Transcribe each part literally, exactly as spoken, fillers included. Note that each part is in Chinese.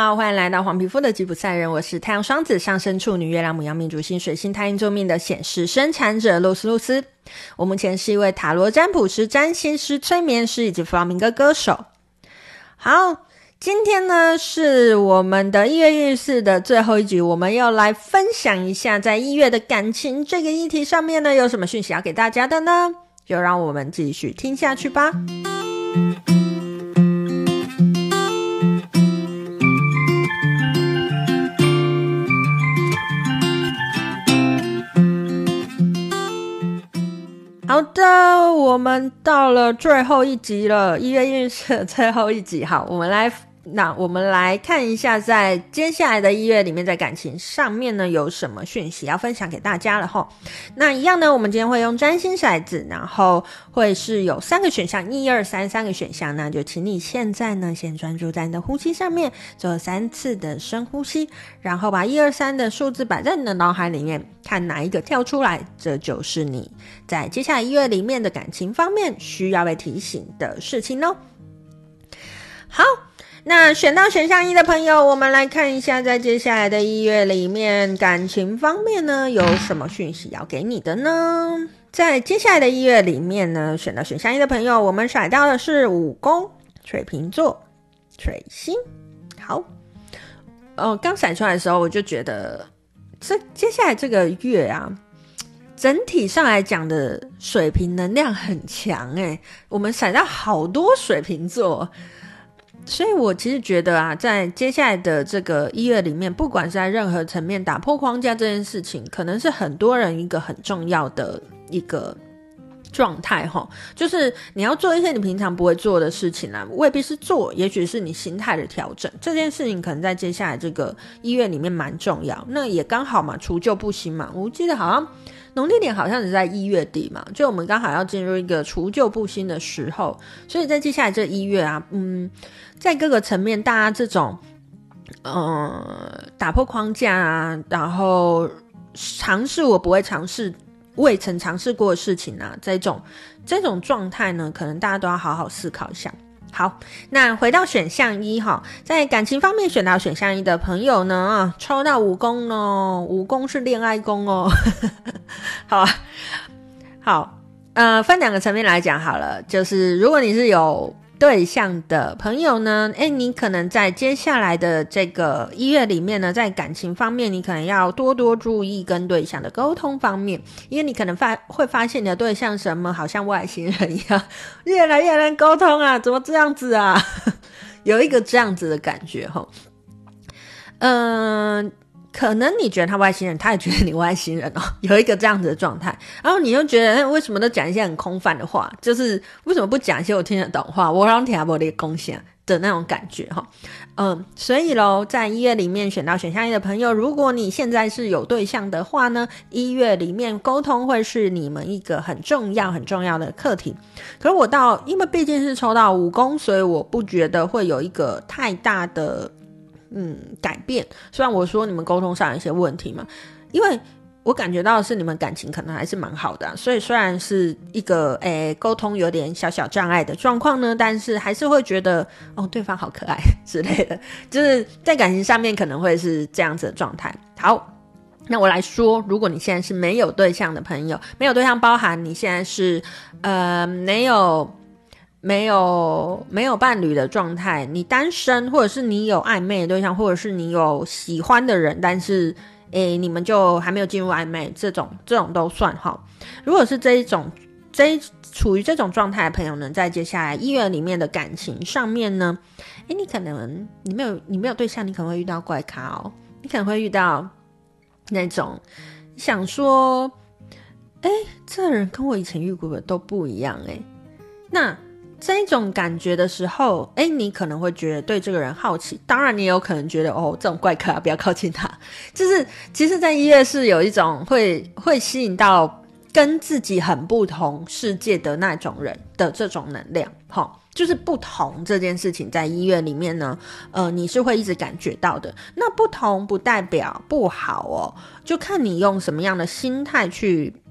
好，欢迎来到黄皮肤的吉普赛人，我是太阳双子上升处女月亮牡羊命主星水星太阴座命的显示生产者露丝露丝。我目前是一位塔罗占卜师、占星师、催眠师以及弗朗明哥歌手。好，今天呢是我们的一月运势的最后一集，我们要来分享一下在一月的感情这个议题上面呢有什么讯息要给大家的呢？就让我们继续听下去吧。好的，我们到了最后一集了，一月运势的最后一集。好，我们来那我们来看一下在接下来的一月里面在感情上面呢有什么讯息要分享给大家了齁。那一样呢，我们今天会用占星骰子，然后会是有三个选项，一二三三个选项，那就请你现在呢先专注在你的呼吸上面，做三次的深呼吸，然后把一二三的数字摆在你的脑海里面，看哪一个跳出来，这就是你在接下来一月里面的感情方面需要被提醒的事情哦。好，那选到选项一的朋友，我们来看一下在接下来的一月里面感情方面呢有什么讯息要给你的呢？在接下来的一月里面呢，选到选项一的朋友，我们甩到的是五宫、水瓶座、水星。好，呃，刚甩出来的时候我就觉得这接下来这个月啊，整体上来讲的水瓶能量很强诶，我们甩到好多水瓶座，所以我其实觉得啊，在接下来的这个一月里面，不管是在任何层面打破框架这件事情，可能是很多人一个很重要的一个状态齁，就是你要做一些你平常不会做的事情啦，未必是做，也许是你心态的调整，这件事情可能在接下来这个一月里面蛮重要。那也刚好嘛，除旧布新嘛，我记得好像农历年好像是在一月底嘛，就我们刚好要进入一个除旧布新的时候，所以在接下来这一月啊，嗯，在各个层面大家这种呃打破框架啊，然后尝试我不会尝试未曾尝试过的事情啊，这种这种状态呢，可能大家都要好好思考一下。好，那回到选项一哈，在感情方面选到选项一的朋友呢，啊，抽到五宫哦，五宫是恋爱宫哦。好啊，好，呃，分两个层面来讲好了，就是如果你是有对象的朋友呢，诶，你可能在接下来的这个一月里面呢，在感情方面你可能要多多注意跟对象的沟通方面，因为你可能发会发现你的对象什么好像外星人一样，越来越难沟通啊，怎么这样子啊？有一个这样子的感觉齁。嗯、呃可能你觉得他外星人，他也觉得你外星人哦，有一个这样子的状态，然后你就觉得、欸、为什么都讲一些很空泛的话，就是为什么不讲一些我听得懂话，我让听不懂的贡献的那种感觉哈。嗯，所以咯，在一月里面选到选项一的朋友，如果你现在是有对象的话呢，一月里面沟通会是你们一个很重要很重要的课题。可是我到因为毕竟是抽到五宫，所以我不觉得会有一个太大的嗯，改变。虽然我说你们沟通上有一些问题嘛，因为我感觉到的是你们感情可能还是蛮好的、啊、所以虽然是一个诶沟通有点小小障碍的状况呢，但是还是会觉得哦对方好可爱之类的，就是在感情上面可能会是这样子的状态。好，那我来说，如果你现在是没有对象的朋友，没有对象包含你现在是呃没有没有没有伴侣的状态，你单身，或者是你有暧昧的对象，或者是你有喜欢的人，但是诶你们就还没有进入暧昧，这种这种都算齁。如果是这一种这一处于这种状态的朋友呢，在接下来一月里面的感情上面呢，诶你可能你没有你没有对象，你可能会遇到怪咖哦，你可能会遇到那种想说诶这人跟我以前遇过的都不一样诶，那这种感觉的时候，诶你可能会觉得对这个人好奇，当然你也有可能觉得哦这种怪咖不要靠近他，就是其实在一月是有一种会会吸引到跟自己很不同世界的那种人的这种能量齁，就是不同这件事情在一月里面呢呃，你是会一直感觉到的。那不同不代表不好哦，就看你用什么样的心态去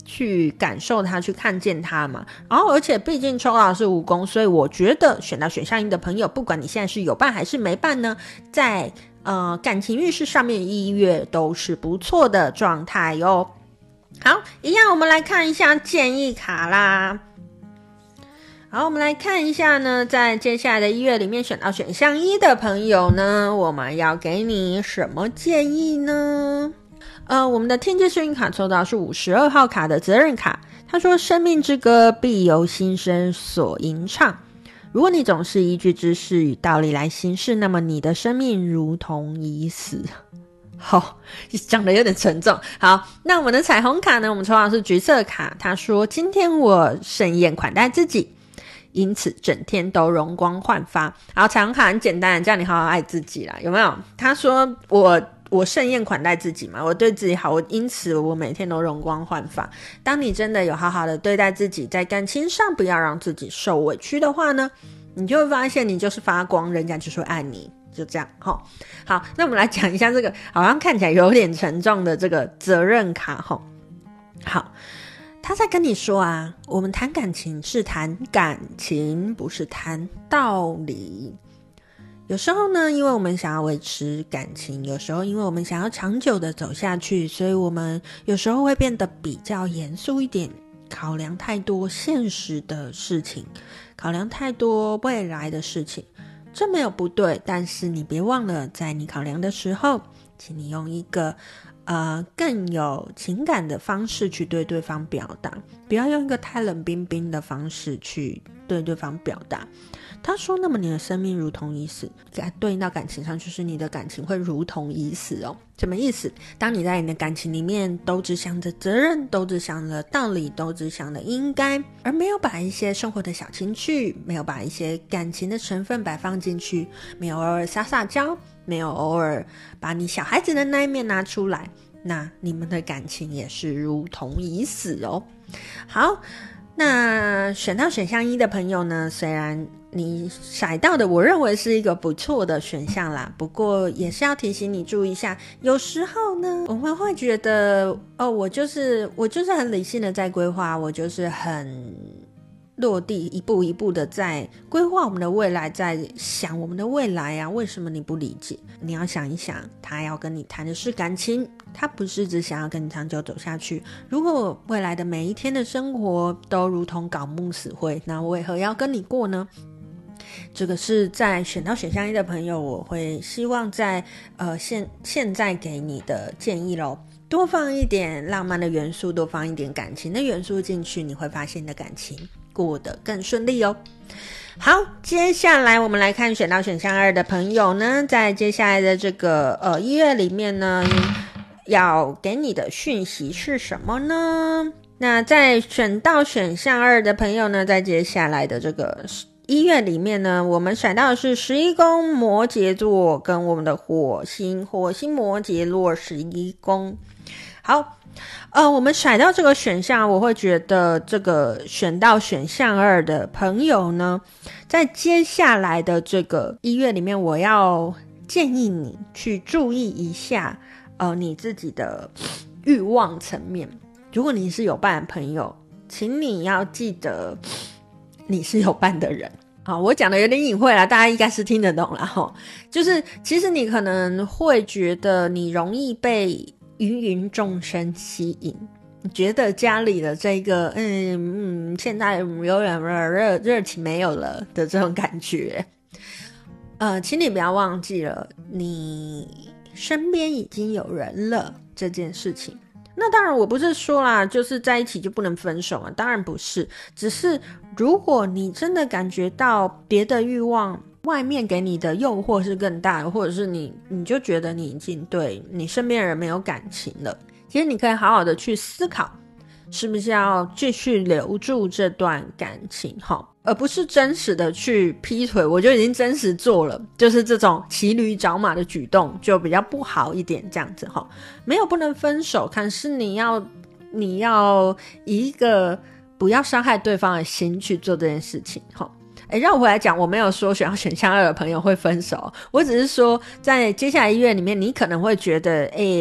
去感受它，去看见它嘛。然后而且毕竟抽到的是蜈蚣，所以我觉得选到选项一的朋友，不管你现在是有伴还是没伴呢，在呃感情运势上面一月都是不错的状态哟。好，一样我们来看一下建议卡啦。好，我们来看一下呢，在接下来的一月里面选到选项一的朋友呢，我们要给你什么建议呢？呃，我们的天界幸运卡抽到是五十二号卡的责任卡，他说生命之歌必由心声所吟唱，如果你总是依据知识与道理来行事，那么你的生命如同已死。好，讲得有点沉重。好，那我们的彩虹卡呢，我们抽到是橘色卡，他说今天我盛宴款待自己，因此整天都容光焕发。然后彩虹卡很简单，叫你好好爱自己啦，有没有？他说我我盛宴款待自己嘛，我对自己好，我因此我每天都容光焕发。当你真的有好好的对待自己，在感情上不要让自己受委屈的话呢，你就会发现你就是发光，人家就是会爱你，就这样。好，好，那我们来讲一下这个好像看起来有点沉重的这个责任卡。好，他在跟你说啊，我们谈感情是谈感情，不是谈道理。有时候呢，因为我们想要维持感情，有时候因为我们想要长久的走下去，所以我们有时候会变得比较严肃一点，考量太多现实的事情，考量太多未来的事情。这没有不对，但是你别忘了，在你考量的时候，请你用一个呃更有情感的方式去对对方表达，不要用一个太冷冰冰的方式去对对方表达。他说那么你的生命如同已死，对应到感情上就是你的感情会如同已死哦。什么意思？当你在你的感情里面都只想着责任，都只想着道理，都只想着应该，而没有把一些生活的小情趣，没有把一些感情的成分摆放进去，没有偶尔撒撒娇，没有偶尔把你小孩子的那一面拿出来，那你们的感情也是如同已死哦。好，那选到选项一的朋友呢，虽然你骰到的我认为是一个不错的选项啦，不过也是要提醒你注意一下，有时候呢我们会觉得哦，我就是我就是很理性的在规划，我就是很落地，一步一步的在规划我们的未来，在想我们的未来啊，为什么你不理解？你要想一想，他要跟你谈的是感情，他不是只想要跟你长久走下去。如果未来的每一天的生活都如同槁木死灰，那为何要跟你过呢？这个是在选到选项一的朋友，我会希望在呃现现在给你的建议咯，多放一点浪漫的元素，多放一点感情的元素进去，你会发现你的感情过得更顺利哦。好，接下来我们来看选到选项二的朋友呢，在接下来的这个呃一月里面呢，要给你的讯息是什么呢？那在选到选项二的朋友呢，在接下来的这个一月里面呢，我们选到的是十一宫摩羯座跟我们的火星，火星摩羯落十一宫。好，呃，我们甩到这个选项，我会觉得这个选到选项二的朋友呢，在接下来的这个一月里面，我要建议你去注意一下，呃，你自己的欲望层面。如果你是有伴的朋友，请你要记得你是有伴的人。好，我讲的有点隐晦啦，大家应该是听得懂啦齁。就是其实你可能会觉得你容易被芸芸众生吸引，你觉得家里的这个嗯嗯，现在有点热热情没有了的这种感觉。呃，请你不要忘记了，你身边已经有人了这件事情。那当然我不是说啦，就是在一起就不能分手啊，当然不是，只是如果你真的感觉到别的欲望外面给你的诱惑是更大的，或者是你你就觉得你已经对你身边的人没有感情了，其实你可以好好的去思考是不是要继续留住这段感情齁，而不是真实的去劈腿，我就已经真实做了，就是这种骑驴找马的举动就比较不好一点这样子齁。没有不能分手，可是你要你要以一个不要伤害对方的心去做这件事情齁。诶，让我回来讲，我没有说选到选项二的朋友会分手，我只是说在接下来一月里面，你可能会觉得诶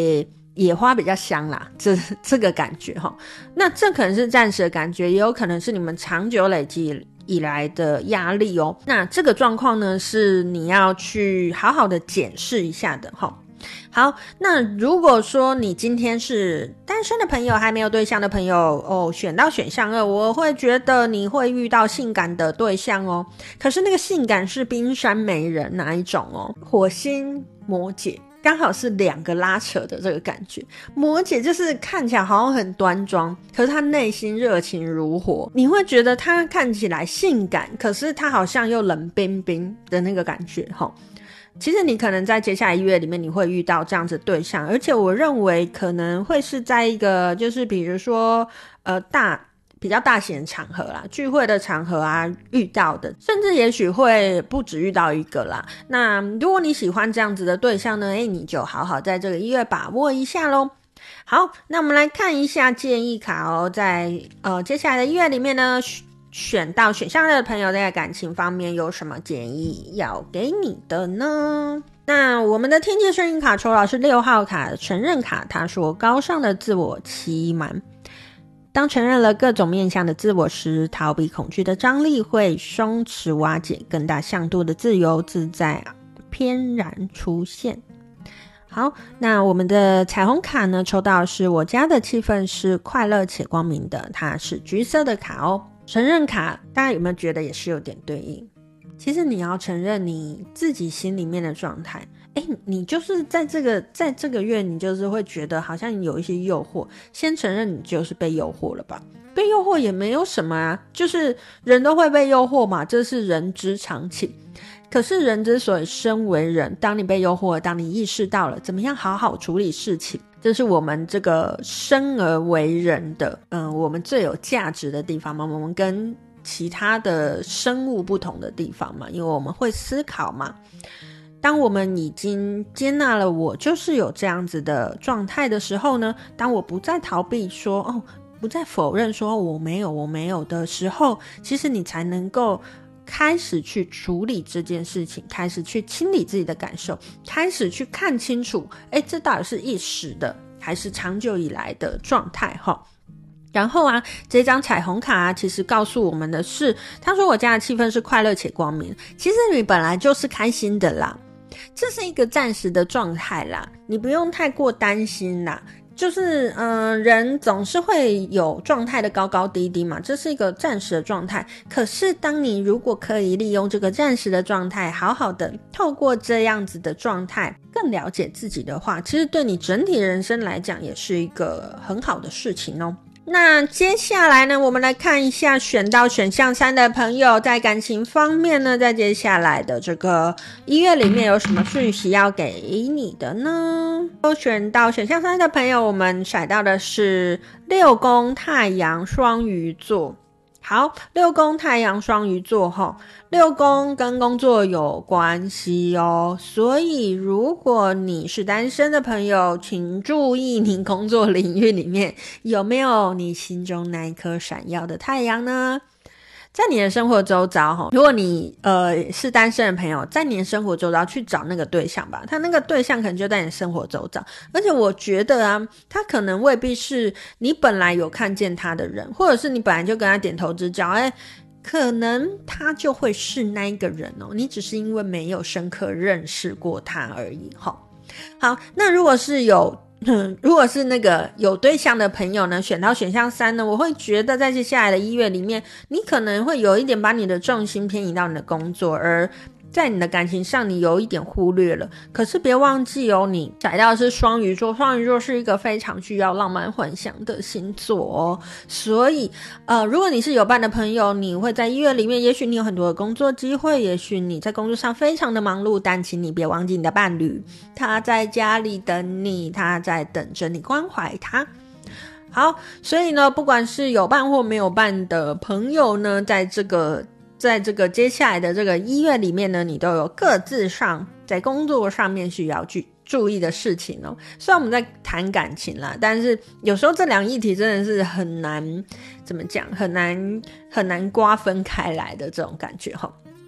野花比较香啦，这这个感觉齁。那这可能是暂时的感觉，也有可能是你们长久累积以来的压力哦。那这个状况呢，是你要去好好的检视一下的齁。好，那如果说你今天是单身的朋友，还没有对象的朋友哦，选到选项二，我会觉得你会遇到性感的对象哦。可是那个性感是冰山美人哪一种哦？火星摩羯刚好是两个拉扯的这个感觉。摩羯就是看起来好像很端庄，可是他内心热情如火，你会觉得他看起来性感，可是他好像又冷冰冰的那个感觉齁。其实你可能在接下来一月里面你会遇到这样子的对象，而且我认为可能会是在一个就是比如说呃大比较大型的场合啦，聚会的场合啊遇到的，甚至也许会不止遇到一个啦。那如果你喜欢这样子的对象呢，诶你就好好在这个一月把握一下咯。好，那我们来看一下建议卡哦，在呃接下来的一月里面呢，选到选项二的朋友在感情方面有什么建议要给你的呢？那我们的天界声音卡抽到是六号卡承认卡，他说高尚的自我欺瞒，当承认了各种面向的自我时，逃避恐惧的张力会松弛瓦解，更大向度的自由自在翩然出现。好，那我们的彩虹卡呢抽到是我家的气氛是快乐且光明的，它是橘色的卡哦。承认卡大家有没有觉得也是有点对应？其实你要承认你自己心里面的状态，诶你就是在这个在这个月你就是会觉得好像有一些诱惑，先承认你就是被诱惑了吧。被诱惑也没有什么啊，就是人都会被诱惑嘛，这是人之常情。可是人之所以身为人，当你被诱惑了，当你意识到了怎么样好好处理事情，这是我们这个生而为人的嗯，我们最有价值的地方嘛，我们跟其他的生物不同的地方嘛，因为我们会思考嘛。当我们已经接纳了我就是有这样子的状态的时候呢，当我不再逃避说哦，不再否认说我没有我没有的时候，其实你才能够开始去处理这件事情，开始去清理自己的感受，开始去看清楚诶这到底是一时的还是长久以来的状态齁。然后啊，这张彩虹卡啊，其实告诉我们的是，他说我家的气氛是快乐且光明，其实你本来就是开心的啦，这是一个暂时的状态啦，你不用太过担心啦。就是嗯、呃，人总是会有状态的高高低低嘛，这是一个暂时的状态。可是当你如果可以利用这个暂时的状态，好好的透过这样子的状态更了解自己的话，其实对你整体人生来讲也是一个很好的事情哦。那接下来呢，我们来看一下选到选项三的朋友在感情方面呢，在接下来的这个一月里面有什么讯息要给你的呢？选到选项三的朋友，我们甩到的是六宫太阳双鱼座。好，六宫太阳双鱼座齁，六宫跟工作有关系哦，所以如果你是单身的朋友，请注意你工作领域里面有没有你心中那一颗闪耀的太阳呢？在你的生活周遭，如果你呃是单身的朋友，在你的生活周遭去找那个对象吧，他那个对象可能就在你的生活周遭，而且我觉得啊，他可能未必是你本来有看见他的人，或者是你本来就跟他点头之交，哎，可能他就会是那一个人哦，你只是因为没有深刻认识过他而已齁。好，那如果是有嗯，如果是那个有对象的朋友呢，选到选项三呢，我会觉得在接下来的一月里面，你可能会有一点把你的重心偏移到你的工作，而在你的感情上你有一点忽略了。可是别忘记哦，你甩到的是双鱼座，双鱼座是一个非常需要浪漫幻想的星座哦。所以呃，如果你是有伴的朋友，你会在一月里面，也许你有很多的工作机会，也许你在工作上非常的忙碌，但请你别忘记你的伴侣，他在家里等你，他在等着你关怀他。好，所以呢，不管是有伴或没有伴的朋友呢，在这个在这个接下来的这个一月里面呢，你都有各自上在工作上面需要去注意的事情哦。虽然我们在谈感情啦，但是有时候这两议题真的是很难怎么讲，很难很难瓜分开来的这种感觉齁。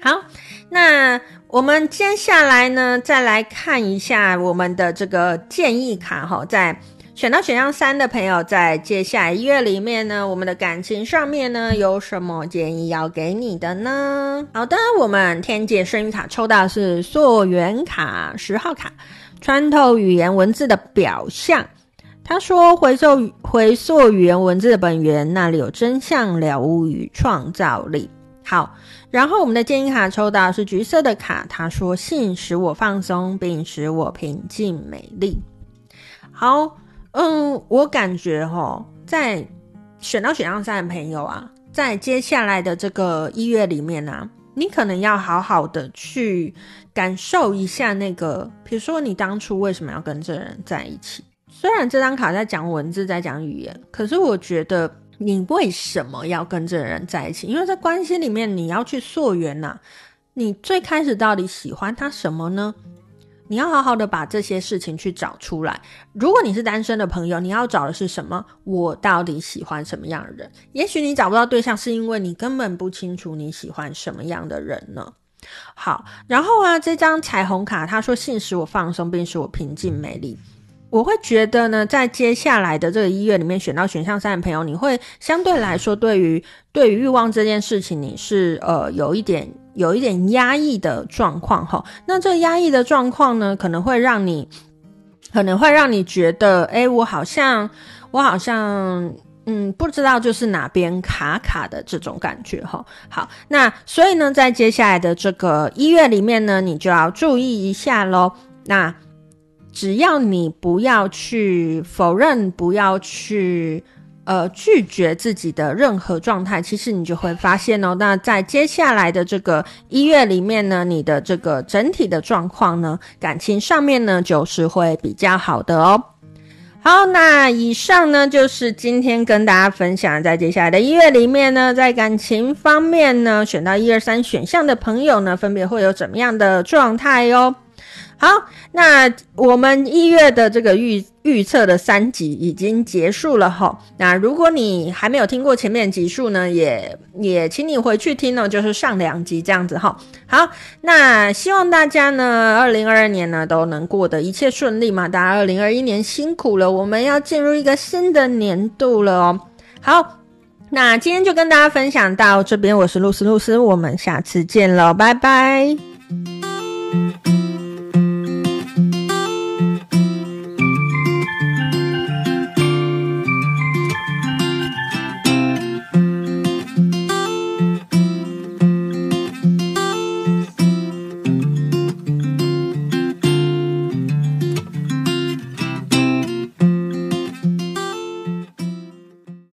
好，那我们接下来呢，再来看一下我们的这个建议卡哈，在选到选项三的朋友，在接下来一月里面呢，我们的感情上面呢，有什么建议要给你的呢？好的，我们天界生日卡抽到的是溯源卡十号卡，穿透语言文字的表象。他说回溯回溯语言文字的本源，那里有真相、了悟与创造力。好，然后我们的建议卡抽到的是橘色的卡，他说性使我放松，并使我平静美丽。好，嗯，我感觉齁，在选到选项三的朋友啊，在接下来的这个一月里面啊，你可能要好好的去感受一下那个，比如说你当初为什么要跟这个人在一起。虽然这张卡在讲文字，在讲语言，可是我觉得你为什么要跟这个人在一起？因为在关系里面你要去溯源啊，你最开始到底喜欢他什么呢？你要好好的把这些事情去找出来。如果你是单身的朋友，你要找的是什么？我到底喜欢什么样的人？也许你找不到对象是因为你根本不清楚你喜欢什么样的人呢。好，然后啊，这张彩虹卡他说性使我放松，并使我平静美丽。我会觉得呢，在接下来的这个一月里面选到选项三的朋友，你会相对来说对于对于欲望这件事情，你是呃有一点有一点压抑的状况齁。那这压抑的状况呢，可能会让你可能会让你觉得，诶，我好像我好像嗯不知道就是哪边卡卡的这种感觉齁。好，那所以呢，在接下来的这个一月里面呢，你就要注意一下咯。那只要你不要去否认，不要去呃拒绝自己的任何状态，其实你就会发现哦，那在接下来的这个一月里面呢，你的这个整体的状况呢，感情上面呢就是会比较好的哦。好，那以上呢就是今天跟大家分享，在接下来的一月里面呢，在感情方面呢，选到一二三选项的朋友呢，分别会有怎么样的状态哦。好，那我们一月的这个预预测的三集已经结束了齁。那如果你还没有听过前面的集数呢，也也请你回去听哦，就是上两集这样子齁。好，那希望大家呢二零二二年呢都能过得一切顺利嘛，大家二零二一年辛苦了，我们要进入一个新的年度了哦。好，那今天就跟大家分享到这边，我是露丝露丝，我们下次见了，拜拜。